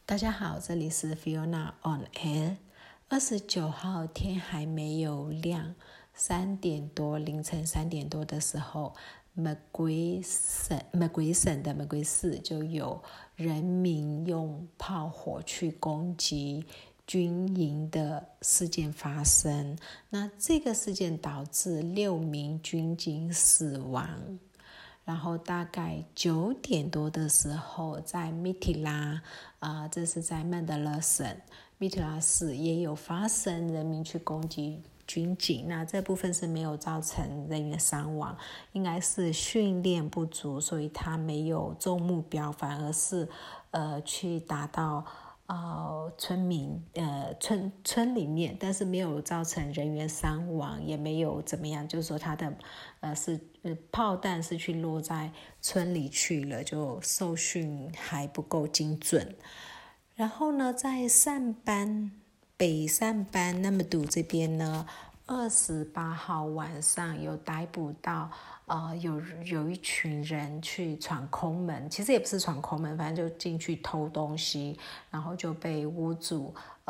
大家好，这里是 Fiona on Air。29号天还没有亮凌晨3点多的时候，玫瑰省的玫瑰市就有人民用炮火去攻击军营的事件发生。那这个事件导致6名军警死亡。然后大概9点多的时候，在米提拉，这是在曼德勒省米提拉市也有发生人民去攻击军警。那这部分是没有造成人员伤亡，应该是训练不足，所以他没有中目标，反而是去打到村民村里面，但是没有造成人员伤亡，也没有怎么样，就是说他的炮弹是去落在村里去了，就受训还不够精准。然后呢，在北上班那么堵这边呢，28号晚上有逮捕到有一群人去闯空门，其实也不是闯空门，反正就进去偷东西，然后就被屋主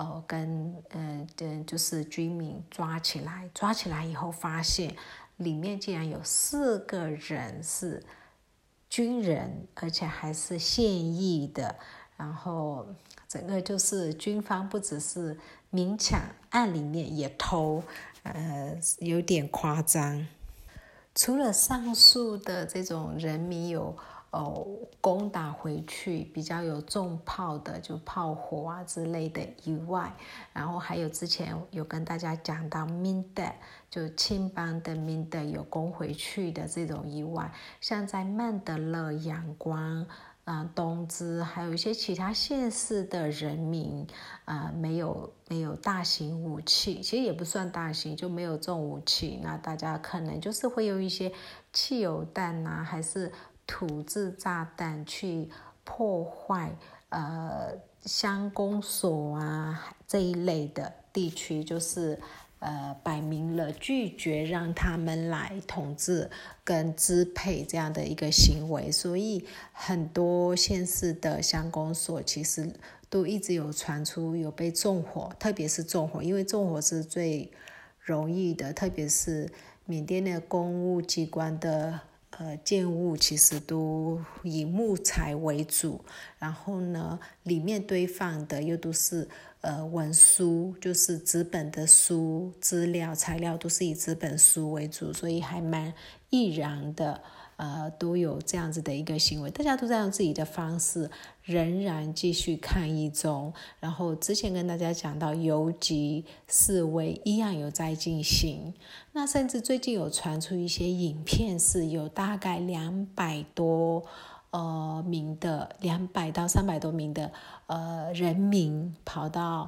就是居民抓起来以后发现里面竟然有4个人是军人，而且还是现役的，然后整个就是军方不只是明抢，暗里面也偷，有点夸张。除了上述的这种人民有攻打回去比较有重炮的，就炮火之类的以外，然后还有之前有跟大家讲到民德，就青帮的民德有攻回去的这种以外，像在曼德勒、仰光、东芝还有一些其他县市的人民没有大型武器，其实也不算大型，就没有重武器，那大家可能就是会有一些汽油弹还是土制炸弹去破坏乡公所这一类的地区，就是摆明了拒绝让他们来统治跟支配这样的一个行为，所以很多县市的乡公所其实都一直有传出有被纵火，特别是纵火，因为纵火是最容易的，特别是缅甸的公务机关的建物其实都以木材为主，然后呢里面堆放的又都是文书，就是纸本的书，资料材料都是以纸本书为主，所以还蛮易燃的，都有这样子的一个行为，大家都在用自己的方式仍然继续抗议中。然后之前跟大家讲到游击示威一样有在进行，那甚至最近有传出一些影片，是有大概200多名的200到300多名的人民跑到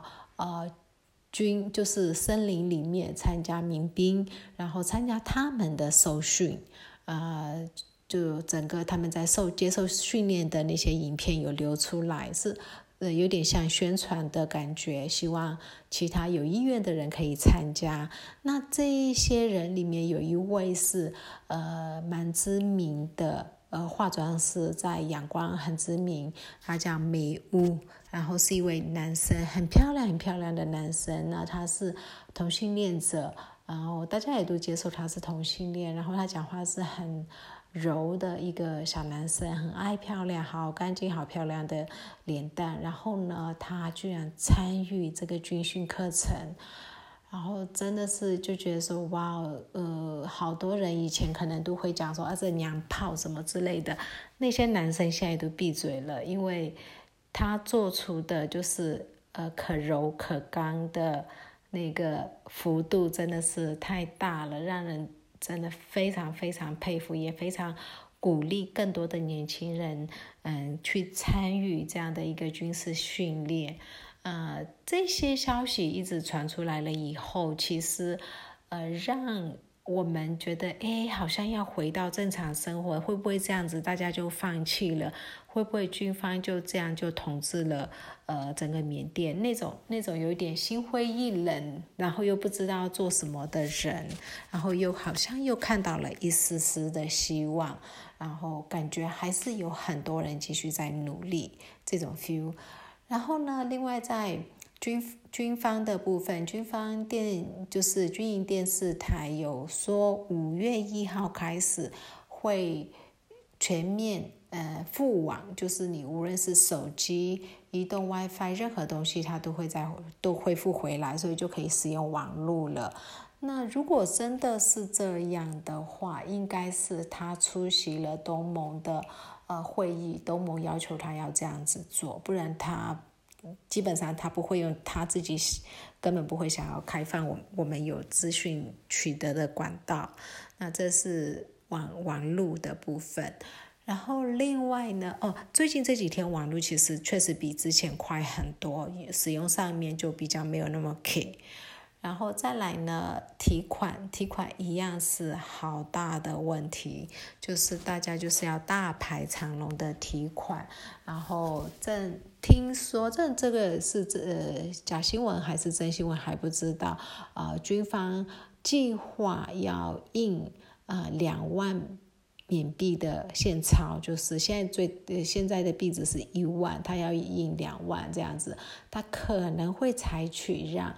就是森林里面参加民兵，然后参加他们的受训，就整个他们在接受训练的那些影片有流出来，是有点像宣传的感觉，希望其他有意愿的人可以参加。那这一些人里面有一位是蛮知名的化妆师，在仰光很知名，他叫美乌，然后是一位男生，很漂亮的男生，那他是同性恋者，然后大家也都接受他是同性恋，然后他讲话是很柔的一个小男生，很爱漂亮，好干净好漂亮的脸蛋，然后呢他居然参与这个军训课程，然后真的是就觉得说哇，好多人以前可能都会讲说这娘炮什么之类的，那些男生现在都闭嘴了，因为他做出的就是可柔可刚的那个幅度真的是太大了，让人真的非常非常佩服，也非常鼓励更多的年轻人去参与这样的一个军事训练。这些消息一直传出来了以后，其实让我们觉得好像要回到正常生活，会不会这样子大家就放弃了？会不会军方就这样就统治了整个缅甸？那种有一点心灰意冷，然后又不知道做什么的人，然后又好像又看到了一丝丝的希望，然后感觉还是有很多人继续在努力，这种 feel。 然后呢，另外在军方的部分，军营电视台有说5月1号开始会全面复网，就是你无论是手机、移动 WiFi 任何东西，它都恢复回来，所以就可以使用网络了。那如果真的是这样的话，应该是他出席了东盟的会议，东盟要求他要这样子做，不然他基本上他不会用，他自己根本不会想要开放我们有资讯取得的管道。那这是网路的部分。然后另外呢，最近这几天网路其实确实比之前快很多，使用上面就比较没有那么 key。然后再来呢，提款一样是好大的问题，就是大家就是要大排长龙的提款。然后听说这个是假新闻还是真新闻还不知道。军方计划要印2万缅币的现钞，就是现在的币值是1万，他要印2万这样子，他可能会采取让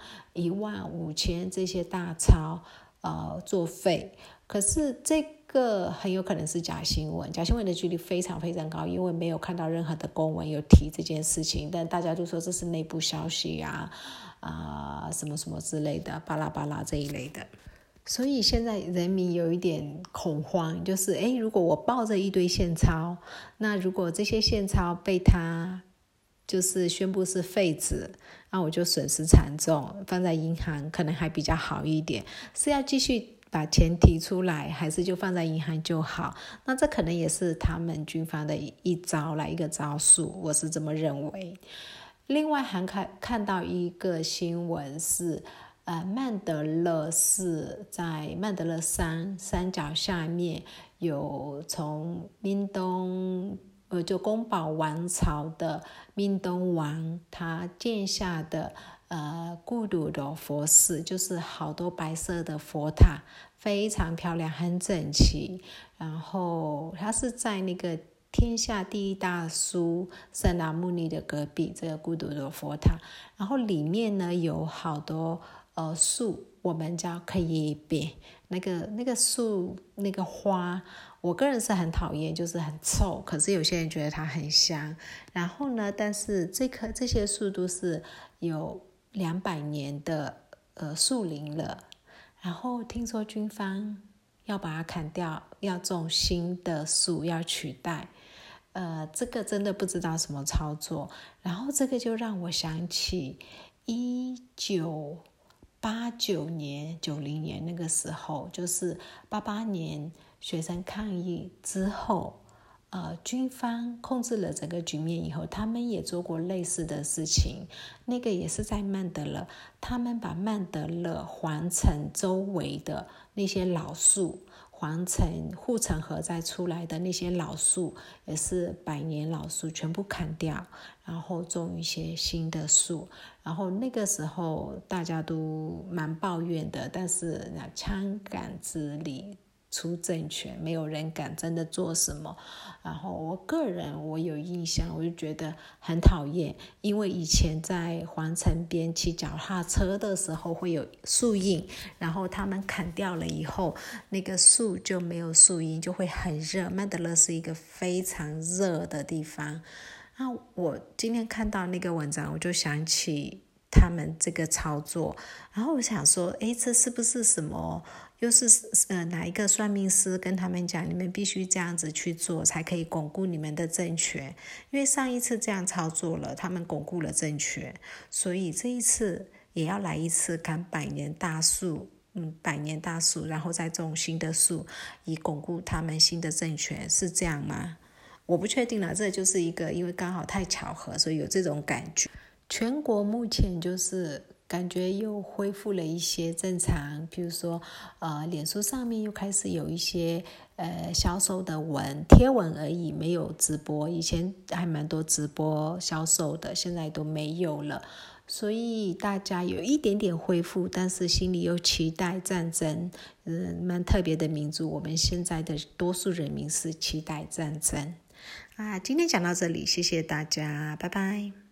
15000这些大钞作废。可是这个很有可能是假新闻的几率非常非常高，因为没有看到任何的公文有提这件事情，但大家都说这是内部消息什么什么之类的，巴拉巴拉这一类的。所以现在人民有一点恐慌，就是如果我抱着一堆现钞，那如果这些现钞被他就是宣布是废纸，那我就损失惨重，放在银行可能还比较好一点，是要继续把钱提出来，还是就放在银行就好？那这可能也是他们军方的一个招数，我是这么认为。另外还看到一个新闻是曼德勒是在曼德勒山脚下面有从就宫保王朝的明东王他建下的孤独的佛寺，就是好多白色的佛塔，非常漂亮，很整齐。然后它是在那个天下第一大苏圣达穆尼的隔壁，这个孤独的佛塔。然后里面呢有好多树，我们叫可以别那个树那个花，我个人是很讨厌，就是很臭，可是有些人觉得它很香。然后呢，但是这些树都是有200年的树龄了。然后听说军方要把它砍掉，要种新的树要取代。这个真的不知道什么操作。然后这个就让我想起1989年、90年那个时候，就是88年学生抗议之后，军方控制了整个局面以后，他们也做过类似的事情。那个也是在曼德勒，他们把曼德勒皇城周围的那些老树，皇城护城河再出来的那些老树，也是100年老树，全部砍掉，然后种一些新的树。然后那个时候大家都蛮抱怨的，但是枪杆子里出政权，没有人敢真的做什么。然后我有印象，我就觉得很讨厌，因为以前在皇城边骑脚踏车的时候会有树荫，然后他们砍掉了以后，那个树就没有树荫，就会很热。曼德勒是一个非常热的地方。那我今天看到那个文章，我就想起他们这个操作，然后我想说，这是不是什么？又是哪一个算命师跟他们讲，你们必须这样子去做，才可以巩固你们的政权？因为上一次这样操作了，他们巩固了政权，所以这一次也要来一次砍100年大树，100年大树，然后再种新的树，以巩固他们新的政权，是这样吗？我不确定了，这就是一个因为刚好太巧合，所以有这种感觉。全国目前就是感觉又恢复了一些正常，比如说脸书上面又开始有一些销售的贴文而已，没有直播。以前还蛮多直播销售的，现在都没有了，所以大家有一点点恢复，但是心里又期待战争。蛮特别的民族，我们现在的多数人民是期待战争。今天讲到这里，谢谢大家，拜拜。